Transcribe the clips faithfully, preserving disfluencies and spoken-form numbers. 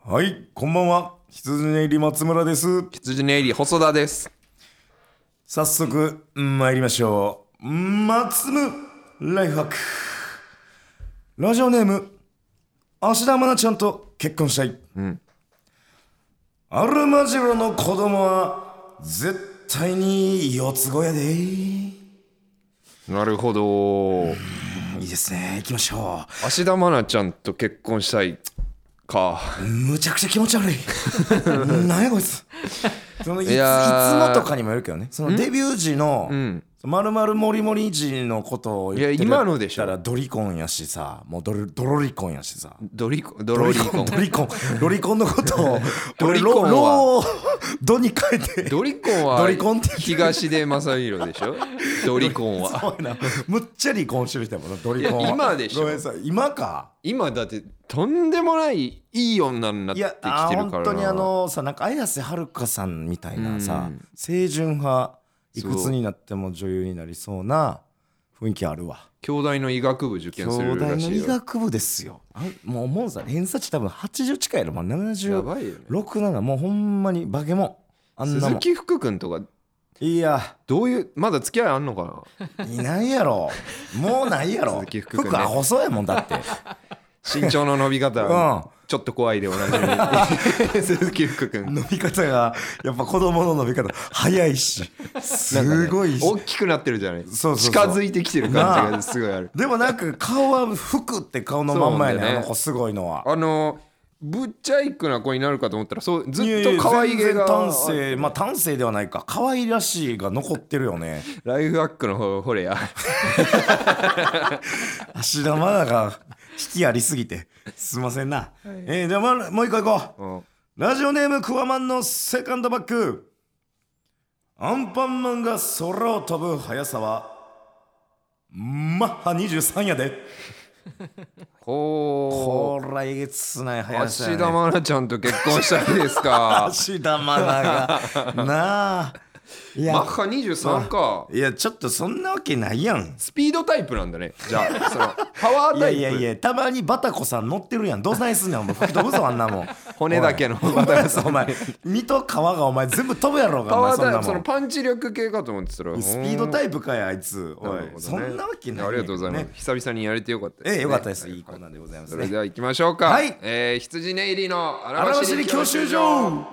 はい、こんばんは。羊ね入り松村です。 羊ね入り細田です。 早速参りましょう。松村ライフハック。ラジオネーム芦田愛菜ちゃんと結婚したい、 うん、 アルマジロの子供は絶対に四つ子やで。 なるほど。 いいですね、行きましょう。芦田愛菜ちゃんと結婚したいか。 むちゃくちゃ気持ち悪い何やこいつ。そのいつ、いつもとかにもよるけどね、そのデビュー時の、うん、まるまるもりもり時のことを言ってる。 いや今のでしょ。 だからドリコンやしさ、もうドロドロリコンやしさ、 ドリコンドロリコンドリコンドリコンのことをドリコンはローをドに変えて、 ドリコンはドリコンって東出昌大でしょ。ドリコンはそうやな、むっちゃ離婚してる人やもんな、ドリコンは。 今でしょ。 今か。 今だってとんでもないいい女になってきてるからな。いや、 本当にあのさ、なんか綾瀬はるかさんみたいなさ、清純派、いくつになっても女優になりそうな雰囲気あるわ。 京大の医学部受験するらしいよ。 京大の医学部ですよ。あ、もう思うさ、偏差値多分はちじゅう近いやろ、まあ、ななじゅうろく、なな、もうほんまにバケモン。 あんなもん。鈴木福君とかいや、 どういう、まだ付き合いあんのかな。 いないやろ、もうないやろ。 鈴木福君、ね、 服は細いもんだって身長の伸び方、うん、ちょっと怖いでおなじみ鈴木福君。 伸び方がやっぱ子供の伸び方早いし、すごいし、 ね、大きくなってるじゃない。 そうそうそう、 近づいてきてる感じがすごいある。 でもなんか顔は服って顔のまんまやね、ね、あの子すごいのは。 あのぶっちゃいくな子になるかと思ったら、そうずっと可愛げが端正、まあ端正ではないか、可愛らしいが残ってるよね。 ライフハックの方ほれや芦田愛菜が引きありすぎてすいませんな、はい、えー、じゃあ、ま、もう一個いこう、うん、ラジオネームクワマンのセカンドバック。アンパンマンが空を飛ぶ速さはマッハにじゅうさんやでほー、こらえげつない速さやね。 芦田愛菜ちゃんと結婚したいですか芦田愛菜がなあ、 いやマッハにじゅうさんか。 いやちょっとそんなわけないやん。 スピードタイプなんだね。じゃあそのパワータイプ。 いやいやいや、たまにバタコさん乗ってるやん。どうさんすんねん、お前吹き飛ぶぞあんなもん。 骨だけのバタコさん。 お前身と皮がお前全部飛ぶやろうが。 パワータイプ、そのパンチ力系かと思ってたらスピードタイプかやあいつ。おい、ね、そんなわけない、ね、 ありがとうございます、ね、久々にやれてよかったです、ね、 ええ、よかったです。いいコーナーでございます、ね、 それでは行きましょうか。はい、えー、羊ね入りの荒走り教習所。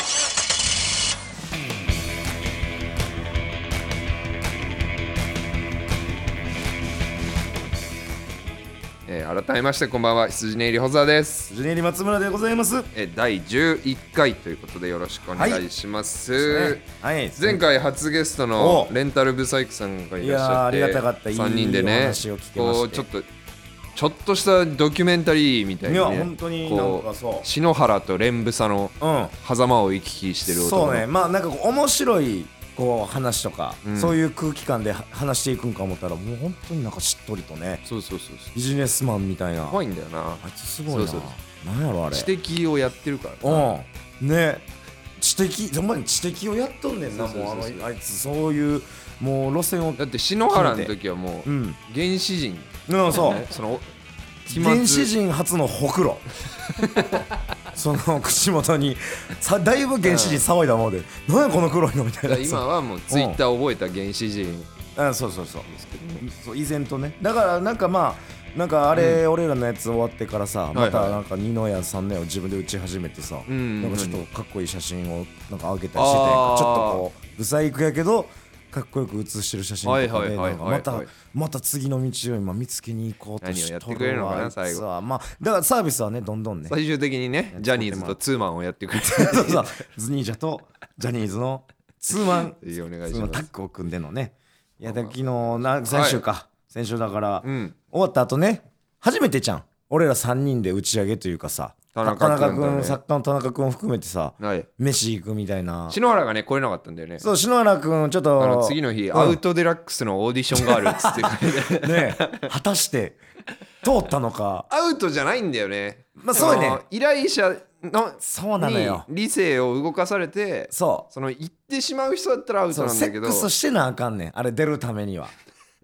えー、改めましてこんばんは、羊ね入り細田です。 羊ね入り松村でございます。 えー、だいじゅういっかいということでよろしくお願いします、はいはい、 前回初ゲストのレンタルブサイクさんがいらっしゃって、 いやありがたかった。いいさんにんでね、こうちょっとちょっとしたドキュメンタリーみたいな、ね、 いや本当になんかそう、 篠原と連房の狭間を行き来してる男の、 そうね、まあなんか面白いこう話とか、うん、そういう空気感で話していくんか思ったら、もう本当になんかしっとりとね、 そうそうそうそう、 ビジネスマンみたいな。 怖いんだよなあいつ、すごいな。 そうそう、 なんやろあれ、 知的をやってるからうんね、知的、ほんまに知的をやっとんねんな。もうあのあいつそういうもう路線を、 だって篠原の時はもう、うん、原始人、 うん、そう、 ね、その原始人初のほくろその口元にさ、だいぶ原始人騒いだもんで、うん、何やこの黒いのみたいな。 今はもうツイッター覚えた原始人、 うん、あ、そうそうそうですけど、ね、そう依然とね。だからなんかまあなんかあれ、うん、俺らのやつ終わってからさ、またなんか二の矢三の矢を自分で打ち始めてさ、うん、なんかちょっとかっこいい写真をなんか上げたりしてて、ちょっとこうブサイクやけどかっこよく写してる写真とかで、またまた次の道を今見つけに行こうとしてるわ。 何をやってくれるのかな最後。 まあだからサービスはね、どんどんね、 最終的にね、ジャニーズとツーマンをやってくれるそうそう、ズニージャとジャニーズのツーマンいいお願いします。 タッグを組んでのね。いやだ昨日な、先週か、はい、先週だから、うん、終わった後ね、初めてじゃん、俺らさんにんで打ち上げというかさ、田中君、ね、作家の田中君を含めてさ、はい、飯行くみたいな。 篠原がね来れなかったんだよね。 そう、篠原君ちょっとあの次の日、うん、アウトデラックスのオーディションがあるっつってね、果たして通ったのか。 アウトじゃないんだよね。 まあそうね、 依頼者のそうなのよ、 理性を動かされて、 そう、 その行ってしまう人だったらアウトなんだけど、 セックスしてなあかんねん、あれ出るためには。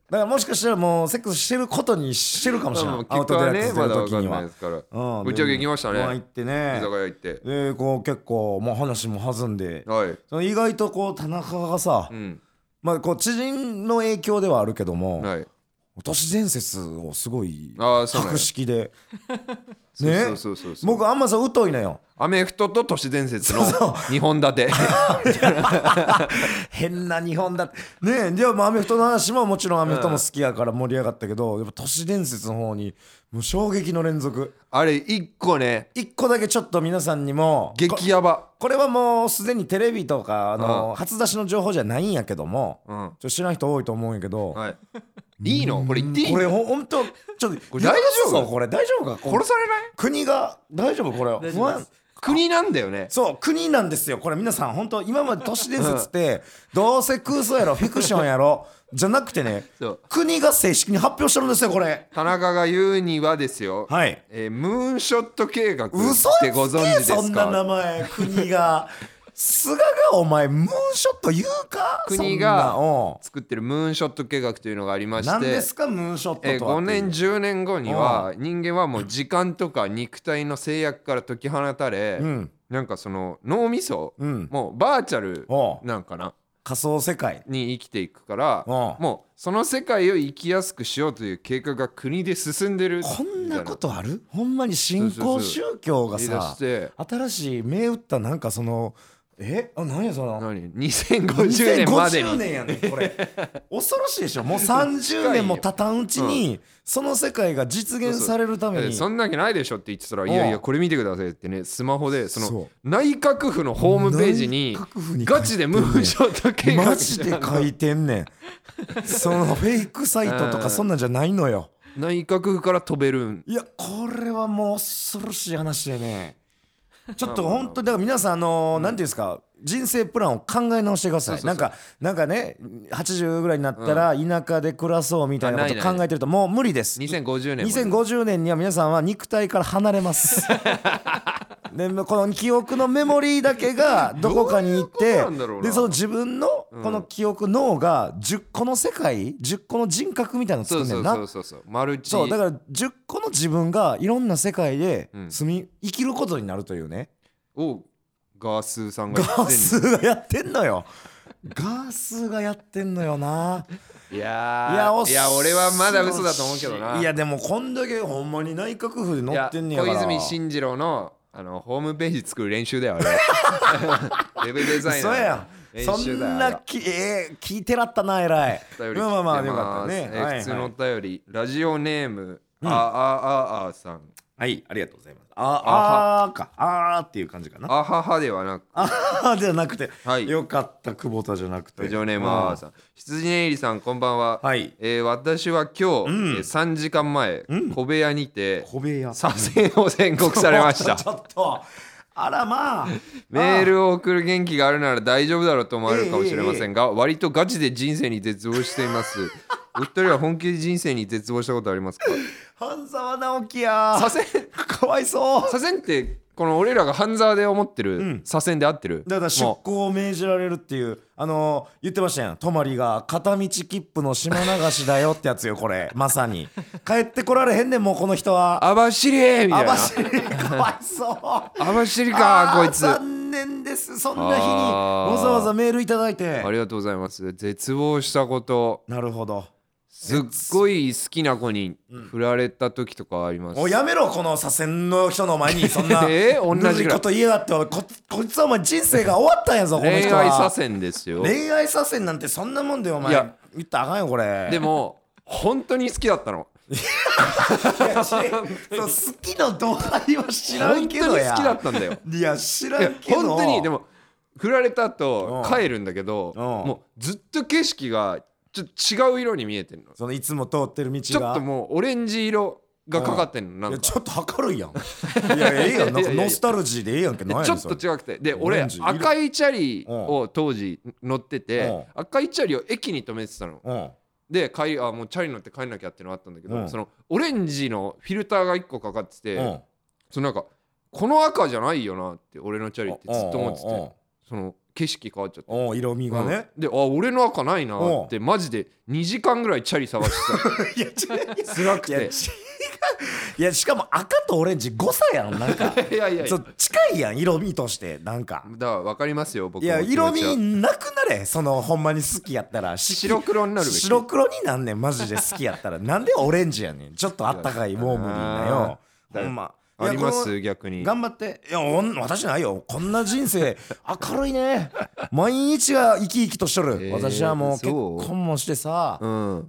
からもしかしたらもうセックスしてることにしてるかもしれない。 結果はねまだ分かんないですから、うん、打ち上げ行きましたね。 行ってね、 居酒屋行ってでこう結構もう話も弾んで、 はい、 その意外とこう田中がさ、うん、まあこう知人の影響ではあるけども、はい、都市伝説をすごい博識でね、僕あんまさ疎いのよ。 アメフトと都市伝説のにほん立て変なにほん立てね。でもアメフトの話ももちろんアメフトも好きやから盛り上がったけど、やっぱ都市伝説の方にもう衝撃の連続。 あれいっこね、 いっこだけちょっと皆さんにも激ヤバ こ, これはもうすでにテレビとかあの初出しの情報じゃないんやけども、うん、ちょっと知らん人多いと思うんやけど、はい、 いいのこれ言っていいの？ これほんとちょっとこれ大丈夫？ これ大丈夫か？ 殺されない？ 国が大丈夫？これ不安。 国なんだよね。 そう国なんですよこれ。皆さん本当今まで都市伝説ってどうせ空想やろフィクションやろじゃなくてね、国が正式に発表してるんですよこれ。 田中が言うにはですよ、はい、えー、ムーンショット計画ってご存知ですか？ そんな名前国が菅がお前ムーンショット言うか？ 国が作ってるムーンショット計画というのがありまして、 何ですかムーンショットとは？えー、 ごねんじゅうねんごには人間はもう時間とか肉体の制約から解き放たれ、うん、なんかその脳みそ、うん、もうバーチャルなんかな、 仮想世界に生きていくから、もうその世界を生きやすくしようという計画が国で進んでる。 こんなことある？ほんまに新興宗教がさ、新しい銘打ったなんかそのえあ何やその何にせんごじゅうねんまでににせんごじゅうねんやねこれ恐ろしいでしょ。もうさんじゅうねんも経たんうちに、うん、その世界が実現されるためにそうそう、そんなわけないでしょって言ってたら、いやいやこれ見てくださいってね、スマホでその内閣府のホームページにガチでムーンショット計画マジで書いてんねんそのフェイクサイトとかそんなんじゃないのよ。 内閣府から飛べるん。 いやこれはもう恐ろしい話でね、ちょっと本当にだから皆さんあのー、なんていうんですか、人生プランを考え直してください。なんかなんかねはちじゅうぐらいになったら田舎で暮らそうみたいなこと考えてるともう無理です。 にせんごじゅうねんにせんごじゅうねんには皆さんは肉体から離れますでこの記憶のメモリーだけがどこかに行ってでその自分のこの記憶、うん、脳がじゅっこの世界じゅっこの人格みたいなの作んねんな。 そうそうそうそうマルチ。 そうだからじゅっこの自分がいろんな世界で住み、うん、生きることになるというね。 おガースーさんがガースーがやってんのよガースーがやってんのよな。 いやいやいや俺はまだ嘘だと思うけどな。 いやでもこんだけほんまに内閣府で載ってんねやから。 小泉進次郎のあのホームページ作る練習だよあれウェブデザイナー。 そうやそんなき、えー、聞いてらったな偉い。 まあまあまあよかったね。えーはいはい、普通のお便りラジオネーム、うん、ああああさん。 はいありがとうございます。ああかあーっていう感じかな。 あははではなくあははではなくて、はい、よかった久保田じゃなくて。 ラジオネームあーさん、羊ねいりさんこんばんは。はい、えー、私は今日、うん、さんじかんまえ、うん、小部屋にて小部屋左遷を宣告されましたちょっとあらまあメールを送る元気があるなら大丈夫だろうと思われるかもしれませんが、えーえー、割とガチで人生に絶望していますお二人は本気で人生に絶望したことありますか？ 半沢直樹や左遷かわいそう。 左遷ってこの俺らが半沢で思ってる左遷で合ってる、 だから出向を命じられるっていうあのー、言ってましたやん。泊が片道切符の島流しだよってやつよこれまさに帰ってこられへんねんもうこの人は。 網走みたいな。網走かわいそう網走かこいつ。 残念です。そんな日にわざわざメールいただいてありがとうございます。絶望したこと。 なるほど。 すっごい好きな子に振られた時とかあります。 おやめろこの左遷の人の前にそんなえー、同じこと言いやがって。 こ, こいつはお前人生が終わったんやぞこの人は。 恋愛左遷ですよ。 恋愛左遷なんてそんなもんでお前言ったらあかんよこれ。 でも本当に好きだったのいやそう好きの度合いは知らんけどや。 本当に好きだったんだよ。 いや知らんけど本当に。でも振られた後帰るんだけどもうずっと景色がちょっと違う色に見えてるの。 そのいつも通ってる道がちょっともうオレンジ色がかかってんの。なんかいやちょっと明るいやんいやええやんなんかノスタルジーでええやんけ。 ちょっと違くてで俺赤いチャリを当時乗ってて赤いチャリを駅に止めてたので帰りあもうチャリ乗って帰んなきゃってのがあったんだけど、そのオレンジのフィルターがいっこかかっててそのなんかこの赤じゃないよなって俺のチャリってずっと思ってて、 その景色変わっちゃって、 お色味がね、 うん、であ俺の赤ないなってマジでにじかんぐらいチャリ探してたいや違う辛くていや違ういやしかも赤とオレンジ誤差やんなんかいやいやいや近いやん色味としてなんかだから分かりますよ僕もいや色味なくなれそのほんまに好きやったら白黒になるべき白黒になんねんマジで好きやったらなんでオレンジやねんちょっとあったかいウォームリーなよほんまあります逆に頑張っていや私ないよこんな人生明るいね毎日が生き生きとしとる、えー、私はもう結婚もしてさ、うん、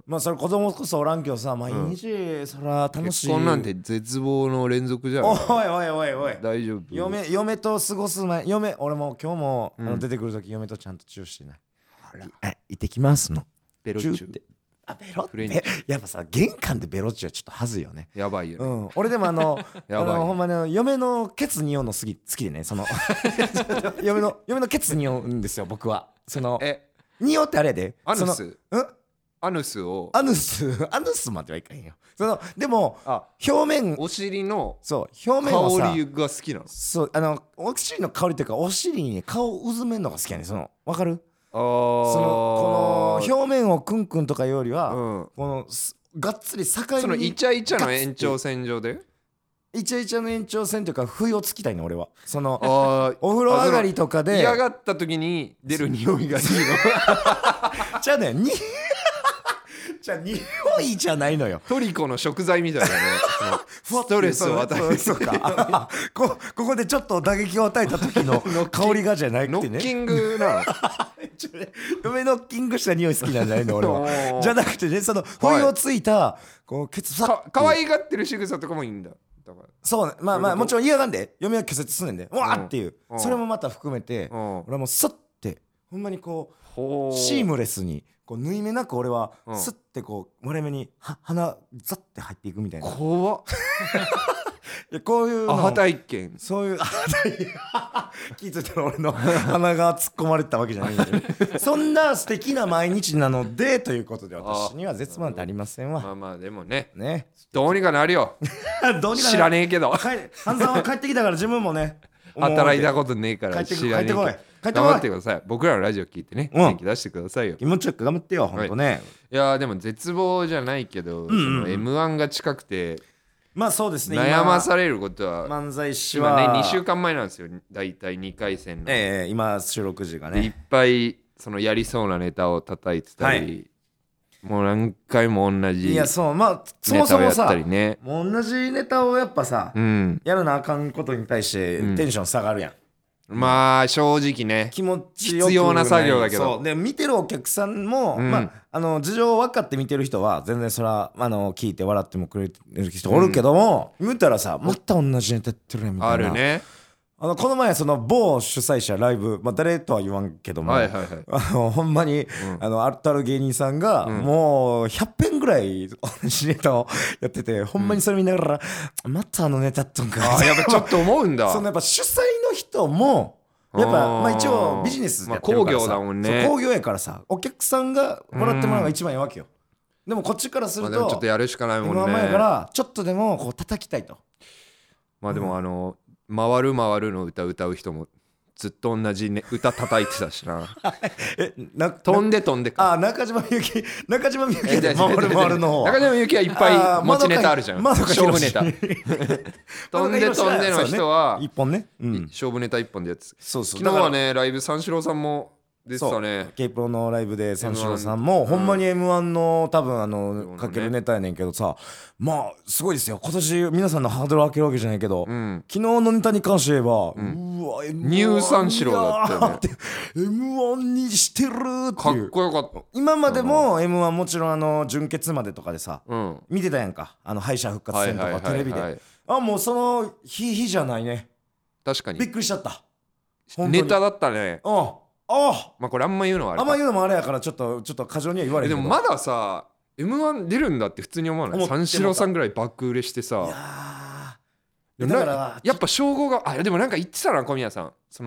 まあそれ子供こそおらんけどさ毎日そら楽しい、 結婚なんて絶望の連続じゃん。 おいおいおいおい大丈夫。 嫁嫁と過ごす前嫁俺も今日も、うん、あの出てくるとき嫁とちゃんとチューしてない。あら行ってきますのベロチューってあベロってやっぱさ玄関でベロチューはちょっとはずいよね。 やばいよね、 うん、俺でもあのやばい、ね、あのほんまに嫁のケツ匂うの好き好きでねその嫁の嫁のケツ匂うんですよ僕はそのえ匂ってあれやでアヌスうんアヌスをアヌスアヌスまではいかんよそのでも表面お尻のそう表面はさ香りが好きなのそうあのお尻の香りというかお尻に、ね、顔をうずめんのが好きやねんそのわかるあそのこの表面をクンクンとかよりは、うん、このがっつり境にそのイチャイチャの延長線上でイチャイチャの延長線というか不意をつきたいの俺はそのお風呂上がりとかで嫌がった時に出る匂いがいいのじゃあねにじゃあ匂いじゃないのよトリコの食材みたいなねストレスを与えるそうかこ, ここでちょっと打撃を与えた時の香りがじゃなくてねノッキングなの嫁ノッキングした匂い好きなんじゃないの俺はじゃなくてねその不意をついた、はい、こうケツか可愛がってる仕草とかもいいんだだからそうねまあまあもちろん嫌がんで嫁は拒絶すんねんでうわーっていう、うん、それもまた含めて、うん、俺はもうスッてほんまにこうシームレスにこう縫い目なく俺はスッてこう割れ目には鼻ザッて入っていくみたいな怖っいやこういうアハ体験そういうアハ体験気づいたら俺の鼻が突っ込まれてたわけじゃないんで、ね、そんな素敵な毎日なのでということで私には絶望なんてありませんわ。 まあまあでもねねどうにかなるよどうにかなる知らねえけど半沢は帰ってきたから自分もね働いたことねえから知らねえけど頑張ってください。僕らのラジオ聞いてね、うん、元気出してくださいよ。 気持ちよく頑張ってよ、ほんとね、はい、 いやでも絶望じゃないけど、うんうん、その エムワン が近くてまあそうですね悩まされることは漫才師は今ねにしゅうかんまえなんですよだいたいにかい戦の、 えー、今収録時がねいっぱいそのやりそうなネタを叩いてたり、はい、もう何回も同じいやそうまあそもそもさもう同じネタをやっぱさ、うん、やるなあかんことに対してテンション下がるやん、 うん、まあ正直ね気持ちよく必要な作業だけどそうで見てるお客さんも、うん、まああの事情分かって見てる人は全然それはあの聞いて笑ってもくれる人おるけども、うん、見たらさまた同じネタやってるやんみたいなあるねあのこの前その某主催者ライブ、まあ、誰とは言わんけども、はいはいはい、あのほんまに、うん、あのある芸人さんが、うん、もうひゃっぺんぐらい同じネタをやっててほんまにそれ見ながら、うん、またあのネタやっとんかあやっぱちょっと思うんだそのやっぱ主催の人もやっぱまあ一応ビジネスやってるからさ、 まあ、工業だもんね工業やからさお客さんがもらってもらうのが一番いいわけよ。でもこっちからすると、まあ、でもちょっとやるしかないもんね。 今前からちょっとでもこう叩きたいと。 まあでもあの、うん回る回るの歌歌う人もずっと同じ、ね、歌叩いてたしなえな飛んで飛んでかあ中島みゆき中島みゆきで回る回るの方中島みゆきはいっぱい持ちネタあるじゃん勝負ネタ飛んで飛んでの人は一本ね、 うん、勝負ネタ一本でやつそうそう昨日はねライブ三四郎さんも出てたね K プロのライブで三四郎さんもほんまに エムワン の多分あのかけるネタやねんけどさまあすごいですよ今年皆さんのハードルを上げるわけじゃないけど、うん、昨日のネタに関して言えば、うん、うわ エムワンニュー三四郎だったよねエムワン にしてるっていうかっこよかった今までも エムワン もちろんあの準決までとかでさ、うん、見てたやんかあの敗者復活戦とかテレビであもうその日日じゃないね確かにびっくりしちゃったネタだったねうんあまあこれあんま言うのはあれあんま言うのもあれやからちょっとちょっと過剰には言われるけどでもまださ エムワン 出るんだって普通に思わない三四郎さんぐらい爆売れしてさいやだからやっぱ称号があでもなんか言ってたな小宮さんその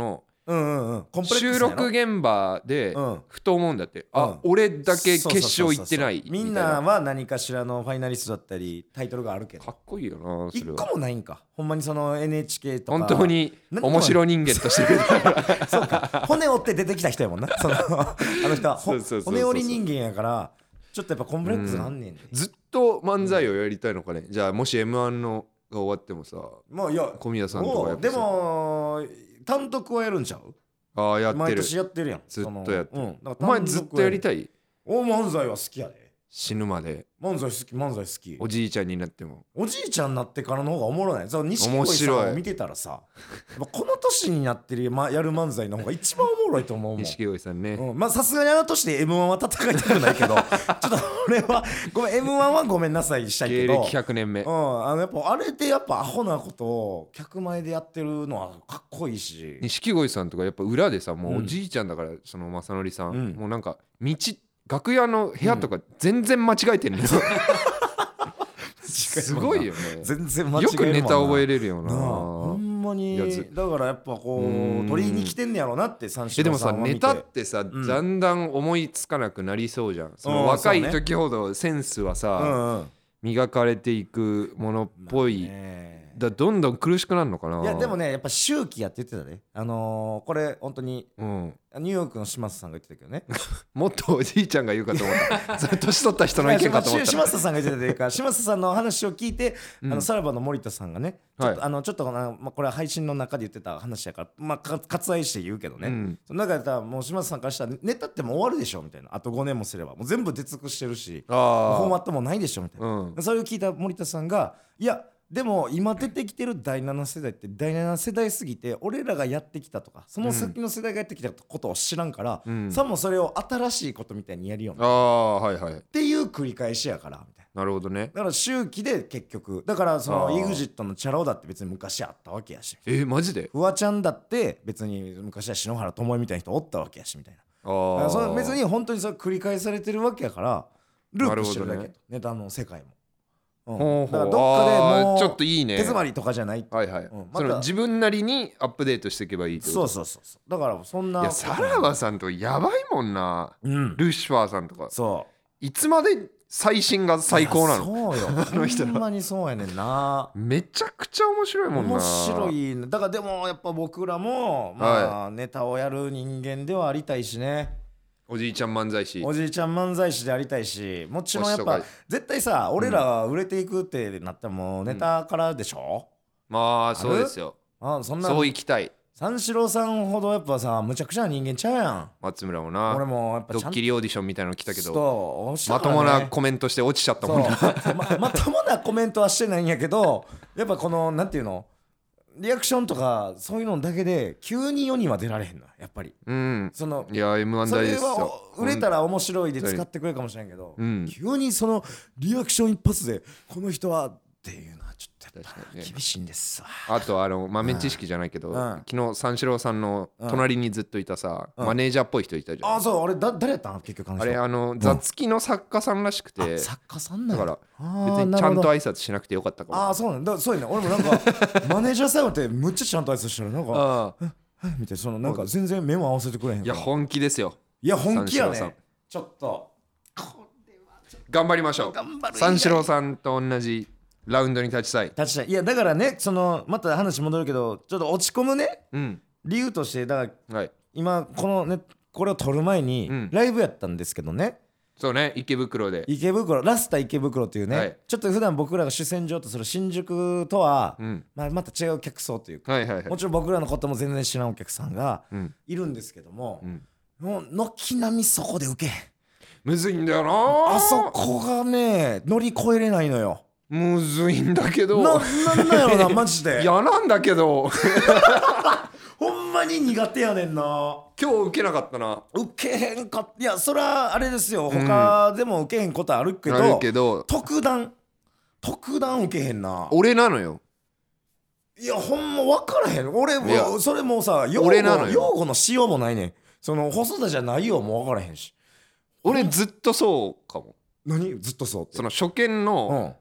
うんうんうん、コンプレックス収録現場でふと思うんだって、うん、あ、うん、俺だけ決勝行ってないみたいな。 みんなは何かしらのファイナリストだったりタイトルがあるけどかっこいいよな。 一個もないんかほんまに。その エヌエイチケー とか本当に面白人間としてそうか、骨折って出てきた人やもんなそのあの人は骨折り人間やからちょっとやっぱコンプレックスがあんねん、ね、 うん、ずっと漫才をやりたいのかね、うん、じゃあもし エムワン のが終わってもさ、まあ、いや小宮さんとかやっぱでも単独はやるんちゃう。 ああやってる、 毎年やってるやん。 ずっとやってる、うん、お前ずっとやりたい。 お漫才は好きやで。死ぬまで漫才好き、漫才好き。 おじいちゃんになってもおじいちゃんになってからの方がおもろない。そう錦鯉さんを見てたらさこの年になってる、ま、やる漫才の方が一番おもろいと思うもん。 錦鯉さんね、 うん、まあさすがにあの年で エムワン は戦いたくないけどちょっと俺はごめん エムワン はごめんなさいしたいけど芸歴ひゃくねんめ、 うん、あのやっぱあれでやっぱアホなことを客前でやってるのはかっこいいし、 錦鯉さんとかやっぱ裏でさもうおじいちゃんだから、うん、その正則さん、うん、もうなんか道楽屋の部屋とか全然間違えてるんですよ、うん、すごいよね。 全然間違えるもんな。よくネタ覚えれるよな。 ほんまにだからやっぱこう取りに来てんねやろなって三四郎さんは見て。 でもさネタってさ、うん、だんだん思いつかなくなりそうじゃん。その若い時ほどセンスはさ、うんうん、磨かれていくものっぽい、まあね、だどんどん苦しくなるのかな。 いやでもねやっぱ周期やって言ってたね。あのー、これ本当に、うん、ニューヨークの嶋佐さんが言ってたけどねもっとおじいちゃんが言うかと思ったそれ年取った人の意見かと思った嶋佐さんが言ってたというか嶋佐さんの話を聞いて、うん、あのさらばの森田さんがねちょっと、はい、あのちょっと、まあ、これは配信の中で言ってた話やから、まあ、割愛して言うけどね、うん、その中で言ったらもう嶋佐さんからしたらネタってもう終わるでしょみたいな。あとごねんもすればもう全部出尽くしてるしフォーマットもないでしょみたいな、うん、それを聞いた森田さんがいやでも今出てきてるだいなな世代ってだいなな世代すぎて俺らがやってきたとかその先の世代がやってきたことを知らんから、うん、さもそれを新しいことみたいにやるような、 あ、はいはい、 っていう繰り返しやからみたいな。なるほどね。 だから周期で結局だからその イグジット のチャラ男だって別に昔あったわけやし、 えー、マジでフワちゃんだって別に昔は篠原ともえみたいな人おったわけやしみたいな。あその別に本当にそれ繰り返されてるわけやからループしてるだけ、ね、ネタの世界も。うん、ほうほう、だからどっかでもうちょっといいね手詰まりとかじゃない、 はいはい、うん、ま、その自分なりにアップデートしていけばいいってこと。 そうそうそうだからそんな。 いやさらばさんとかやばいもんな、うん、ルシファーさんとかそういつまで最新が最高なの。 そうよあの人ほんまにそうやねんなめちゃくちゃ面白いもんな。 面白いだからでもやっぱ僕らもまあ、はい、ネタをやる人間ではありたいしね。 おじいちゃん漫才師おじいちゃん漫才師でありたいしもちろんやっぱ絶対さ俺ら売れていくってなったらもうネタからでしょ、 うん、まあそうですよ。 あそんなそういきたい。 三四郎さんほどやっぱさむちゃくちゃな人間ちゃうやん。 松村もな俺もやっぱドッキリオーディションみたいなの来たけど、 ね、 まともなコメントして落ちちゃったもんなま, まともなコメントはしてないんやけどやっぱこのなんていうのリアクションとかそういうのだけで急に世には出られへんのやっぱり、うん、そのいや エムワン 大ですよ。 それは売れたら面白いで使ってくれるかもしれんけど、うん、急にそのリアクション一発でこの人はっていうのはちょっとやっぱ厳しいんですわ。 あとあの豆知識じゃないけど、うん、昨日三四郎さんの隣にずっといたさ、うん、マネージャーっぽい人いたじゃん。 あそうあれだ誰やったん結局あれあの雑記の作家さんらしくて、うん、 作家さんだから別にちゃんと挨拶しなくてよかったかも。 ああそうなんだそうやね俺もなんかマネージャーさんってむっちゃちゃんと挨拶してるなんかみたいなそのなんか全然目も合わせてくれへん。 いや本気ですよ。 いや本気やね。ちょっと頑張りましょう。三四郎さんと同じラウンドに立ちたい立ちたい。いやだからねそのまた話戻るけどちょっと落ち込むね、うん、理由としてだから、はい、今このねこれを撮る前に、うん、ライブやったんですけどね。 そうね池袋で池袋ラスタ池袋というね、はい、ちょっと普段僕らが主戦場とする新宿とは、うんまあ、また違う客層というか、はいはいはい、もちろん僕らのことも全然知らんお客さんがいるんですけども、うん、もう軒並みそこで受けへん。 むずいんだよなあそこがね乗り越えれないのよ。 むずいんだけどな、なんなんやろなマジで嫌なんだけどほんまに苦手やねんな。 今日受けなかったな。 受けへんかった。いやそれはあれですよ、うん、他でも受けへんことあるけど、 あるけど特段特段受けへんな。 俺なのよ。 いやほんま分からへん俺もそれもうさ用語の用語のしようもないねん。その細田じゃないよもう分からへんし。 俺ずっとそうかも。 何ずっとそうって。 その初見の、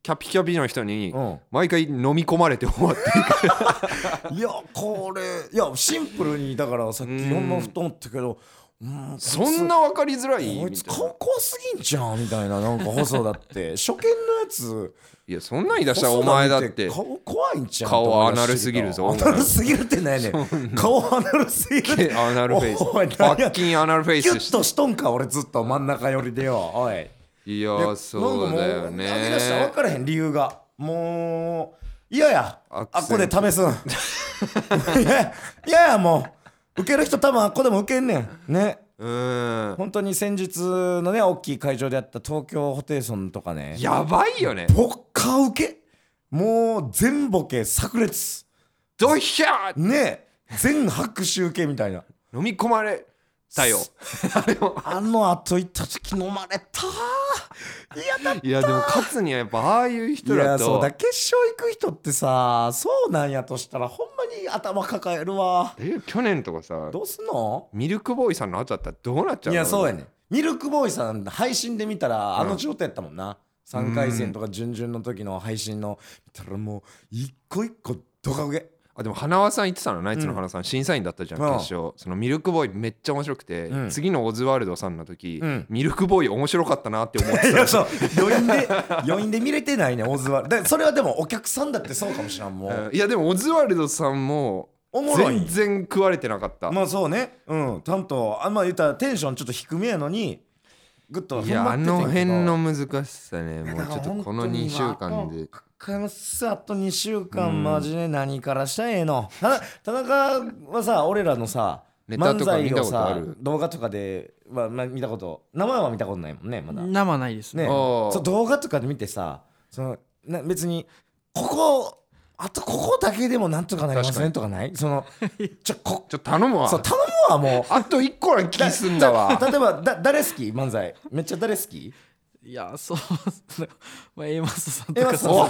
キャピキャピの人に毎回飲み込まれて終わっていくいやこれいやシンプルにだからさっきほんまふと思ったけどうんそんな分かりづらいこいつ顔怖すぎんじゃんみたいななんか細だって初見のやついやそんなん言い出したらお前だって顔怖いんじゃん顔アナルすぎるぞアナルすぎるってないね顔アナルすぎるアナルフェイスパッキンアナルフェイスキュッとしとんか俺ずっと真ん中寄りでよおいいやそうだよね投げ出したら分からへん理由がもう嫌やあっこで試すんいやいやいやもう受ける人多分あっこでも受けんねんねうん本当に先日のね大きい会場でやった東京ホテイソンとかねやばいよねポッカ受けもう全ボケ炸裂ドヒャーね全拍手受けみたいな飲み込まれたよあの後行った時飲まれた嫌だったいやでも勝つにはやっぱああいう人だといやそうだ決勝行く人ってさそうなんやとしたらほんまに頭抱えるわえ去年とかさどうすんのミルクボーイさんの後だったらどうなっちゃうのいやそうやねミルクボーイさん配信で見たらあの状態やったもんな、うん、さんかい戦とか準々の時の配信の見たらもう一個一個ドカ受けあでも花輪さん言ってたのナイツの花輪さん、うん、審査員だったじゃん、うん、決勝そのミルクボーイめっちゃ面白くて、うん、次のオズワルドさんの時、うん、ミルクボーイ面白かったなって思ってたいやそう余韻で余韻で見れてないねオズワルドそれはでもお客さんだってそうかもしれんもう、 うん、いやでもオズワルドさんも全然食われてなかったまあそうねうんちゃんとあんま言ったらテンションちょっと低めやのにグッといやあの辺の難しさねもうちょっとこのにしゅうかんであとにしゅうかんマジで何からしたらええの田中はさ俺らのさ漫才をさ動画とかで、まあ、見たこと生は見たことないもんねまだ生ないですねそう動画とかで見てさそのな別にここあとここだけでもなんとかなりませんとかないそのちょこちょ頼むわそう頼むわもうあといっこは気すんだわ例えばだ誰好き漫才めっちゃ誰好きいやそうまあ A マッソさんとかさお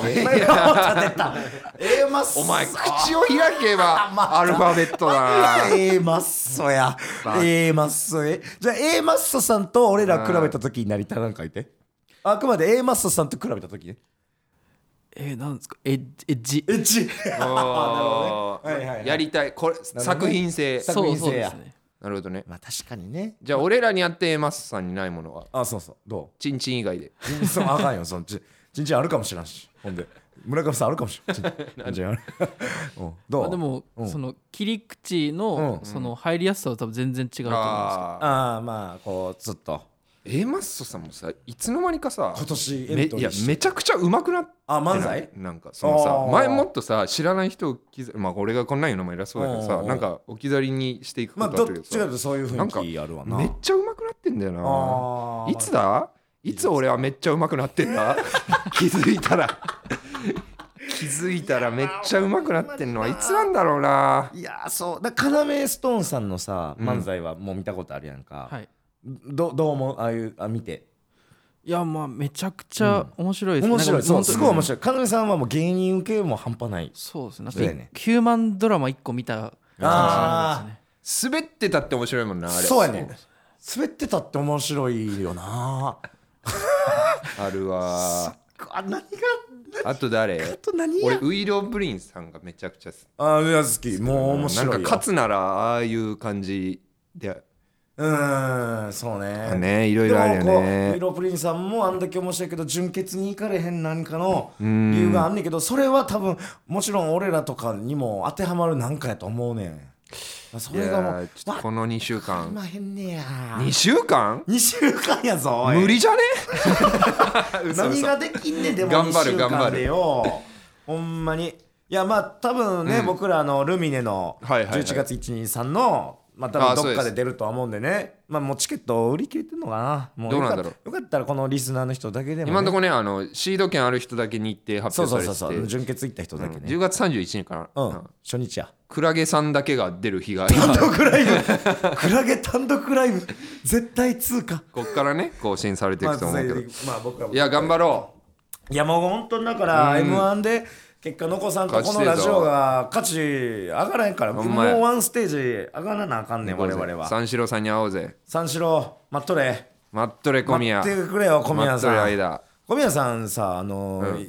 A マッソお前口を開けばアルファベットだな A マッソや A マッソえじゃあ A マッソさんと俺ら比べた時になりたなんかいてあくまで A マッソさんと比べた時ねえー、なんですかエッジエッジやりたいこれ、ね、作品性作品性やそうですねなるほどねまあ確かにねじゃあ俺らにやって A マスさんにないものはあそうそうどうチンチン以外でそうあかんよそのチンチンあるかもしれんしほんで村上さんあるかもしれんチンチンあるどう、まあ、 でも、うん、その切り口の、うん、その入りやすさは多分全然違うと思うんですよああまあこうずっと A マッソさんもさいつの間にかさ今年めいやめちゃくちゃ上手くなってあ漫才なんかそのさ前もっとさ知らない人をきまあ俺がこんなん言うのも偉そうだけどさなんか置き去りにしていくことあるけどさ、 まあ、どっちかというとそういう雰囲気あるわなめっちゃ上手くなってんだよないつだいつ俺はめっちゃ上手くなってんだ気づいたら気づいたらめっちゃ上手くなってんのはいつなんだろうないやそうだカナメストーンさんのさ漫才はもう見たことあるやんか、うんはい、ど, どう思うああいうあ見ていやまあめちゃくちゃ面白いですね、 うん、面白いそうすごい面白い。かなめさんはもう芸人受けも半端ない。 そうですね。なんかヒューマンドラマいっこ見た感じですね。滑ってたって面白いもんなあれ。 そうやね。滑ってたって面白いよな。 あるわ。 あ何があと誰？ あと何俺ウイロブリンさんがめちゃくちゃ好き。 あいや好き。もう面白いよ。 なんか勝つならああいう感じで。 うーんそうねねいろいろあるよね。 ウイロプリンさんもあんだけ面白いけど純潔に行かれへん何かの理由があんねんけどそれは多分もちろん俺らとかにも当てはまるなんかやと思うねん。それがもうちょっとこのにしゅうかん今へんねやにしゅうかんにしゅうかんやぞ無理じゃね何ができんねんでもにしゅうかんでよほんまにいやまあ多分ね、うん、僕らのルミネのじゅういちがついちにさんのまあ多分どっかで出るとは思うんでねまあもうチケット売り切れてんのかなもうどうなんだろうよかったらこのリスナーの人だけでも、ね、 今のところねあのシード権ある人だけ日程発表されててそうそうそうそう純潔行った人だけね、 うん、じゅうがつさんじゅういちにちかな、 うん、初日やクラゲさんだけが出る日が単独ライブクラゲ単独ライブ絶対通過こっからね更新されていくと思うけど、 まあ僕らもいや頑張ろういやもう本当にだから エムワン で結果残さんとこのラジオが価値上がらへんからもうワンステージ上がらなあかんねん我々は三四郎さんに会おうぜ三四郎待っとれ待っとれ小宮待ってくれよ小宮さん待っとれ間小宮さんさあのーうん、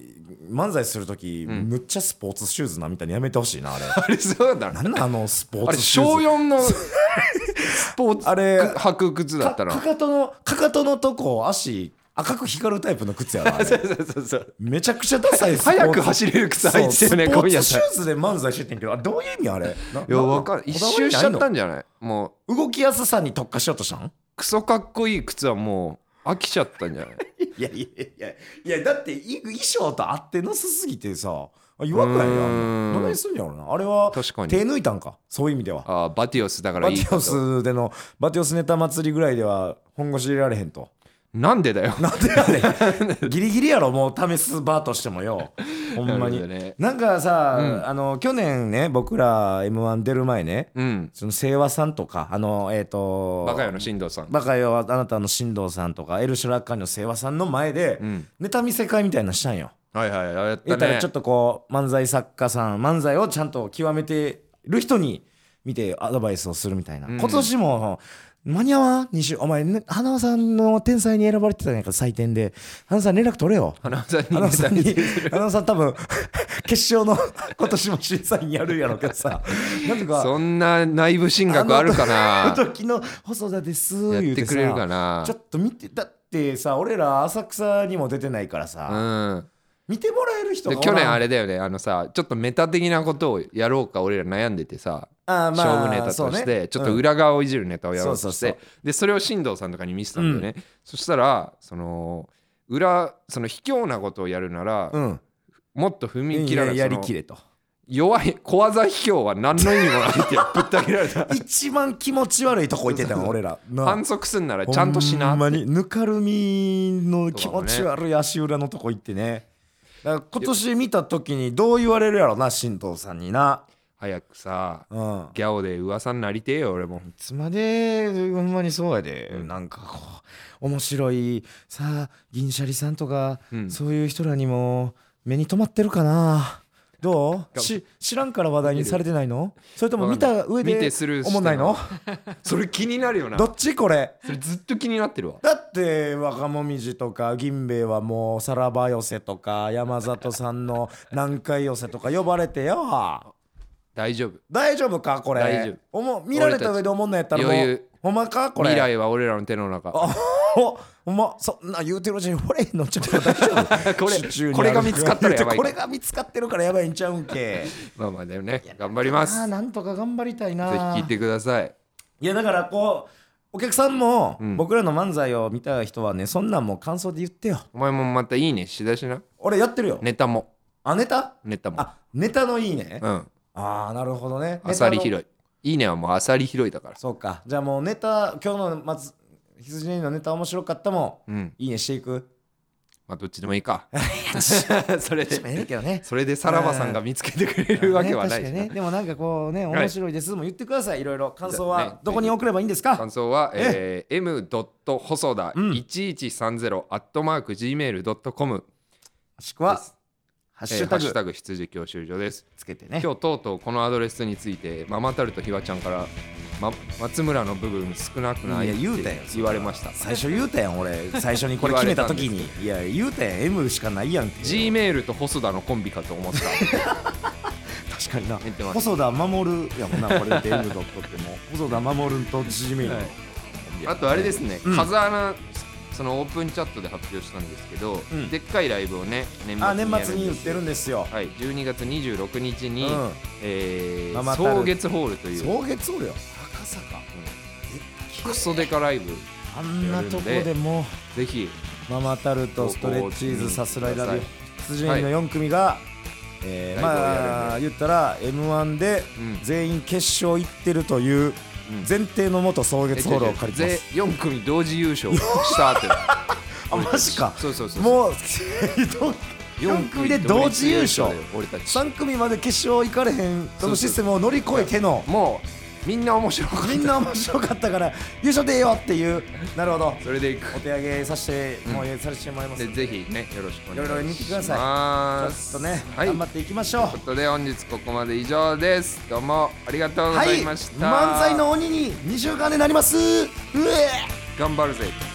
漫才するとき、うん、むっちゃスポーツシューズなみたいにやめてほしいなあれあれそうだなんなんあのスポーツシューズあれ小よんのスポーツあれ履く靴だったらかかとのかかとのとこ足赤く光るタイプの靴やなあれそうそうそうめちゃくちゃダサい早く走れる靴履いてるねスポーツシューズで漫才しててんけどあどういう意味あれいやわかん一周しちゃったんじゃないもう動きやすさに特化しようとしたんクソかっこいい靴はもう飽きちゃったんじゃないいやいやいやいやだって衣装と合ってなさすぎてさ違和感やんどないすんやろなあれは手抜いたんかそういう意味ではあバティオスだからいいバティオスでのバティオスネタ祭りぐらいでは本腰入れられへんとなんでだよなんでやねんギリギリやろもう試す場としてもよほんまに な,、ね、なんかさ、うん、あの去年ね僕ら エムワン 出る前ね、うん、その清和さんとかあのえっ、ー、とバカよの進藤さんバカよあなたの進藤さんとかエルシュラッカーの清和さんの前で、うん、ネタ見せ会みたいなのしたんよはいはいやったね言ったらちょっとこう漫才作家さん漫才をちゃんと極めてる人に見てアドバイスをするみたいな、うん、今年も間に合わんに週お前、ね、花輪さんの天才に選ばれてたんやから採点で花輪さん連絡取れよ花輪さんに花輪さんに花輪さん多分決勝の今年も審査員やるやろうけどさなんかそんな内部進学あるかなあの時の細田です言うてさやってくれるかなちょっと見てだってさ俺ら浅草にも出てないからさ、うん見てもらえる人が去年あれだよねあのさちょっとメタ的なことをやろうか俺ら悩んでてさあ、まあ、勝負ネタとして、ね、ちょっと裏側をいじるネタをやろうとして、うん、でそれを進藤さんとかに見せたんだよね、うん、そしたらその裏その卑怯なことをやるなら、うん、もっと踏み切らない、 やりきれと弱い小技卑怯は何の意味もないってぶった切られた一番気持ち悪いとこ言ってたの俺ら反則すんならちゃんとしなほんまにぬかるみの気持ち悪い足裏のとこ行ってねだから今年見た時にどう言われるやろな進藤さんにな早くさ、うん、ギャオで噂になりてえよ俺もいつまでほんまにそうやで、うん、なんかこう面白いさあ銀シャリさんとか、うん、そういう人らにも目に留まってるかなどうし知らんから話題にされてないのそれとも見た上で思んないのそれ気になるよなどっちこれそれずっと気になってるわだって若もみじとか銀兵衛はもうさらば寄せとか山里さんの南海寄せとか呼ばれてよ大丈夫大丈夫かこれ大丈夫おも見られた上で思んないやったらもう余裕ほんまかこれ未来は俺らの手の中おほんまそんな言うてるうちにほれんのちょっと大丈夫これこれが見つかったらやばいこれが見つかってるからやばいんちゃうんけまあまあだよね頑張りますあなんとか頑張りたいなぜひ聞いてくださいいやだからこうお客さんも僕らの漫才を見た人はねそんなんもう感想で言ってよお前もまたいいねしだしな俺やってるよネタもあネタネタもあネタのいいねうんああなるほどねあさり広いいいねはもうあさり広いだからそうかじゃあもうネタ今日のまず羊ねのネタ面白かったもん、うん、いいねしていくまあどっちでもいいかそれでね、 それでさらばさんが見つけてくれるわけはないしな、 ね、でもなんかこうね面白いですも言ってくださいいろいろ感想はどこに送ればいいんですか感想は、えー、エム 細田いちいちさんゼロ アットマーク ジーメール ドットコム もしくはハッシュタグ、えー、ハッシュタグ羊教習所ですつけてね今日とうとうこのアドレスについてママタルトひわちゃんからま、松村の部分少なくないって言われました最初言うたやん俺最初にこれ決めた時にいや言うたやん M しかないやんって G メールと細田のコンビかと思った確かにな細田守やもんなこれで M ドットっても細田守と G メール、はい、 あとあれですね、うん、風穴そのオープンチャットで発表したんですけど、うん、でっかいライブをね年末にやるんですあ年末に売ってるんですよはいじゅうにがつにじゅうろくにちに、うんえー、草月ホールという草月ホールよ赤坂、 うん、クソデカライブあんなとこでもぜひママタルトストレッチーズさすらいラビ羊のよん組が、はいえー、まあ言ったら エムワン で全員決勝行ってるという前提のもと草月ホールを借りてますよん組同時優勝したってあマジかそうそうそうもうよん組で同時優勝さん組まで決勝行かれへんそのシステムを乗り越えてのもうみんな面白かったみんな面白かったから優勝でよっていうなるほどそれでいくお手上げさせて、うん、もうさせてもらいますでぜひねよろしくお願いしますいろいろ見てくださいちょっとね、はい、頑張っていきましょうということで本日ここまで以上ですどうもありがとうございました、 はい、漫才の鬼ににしゅうかんでなりますうえ頑張るぜ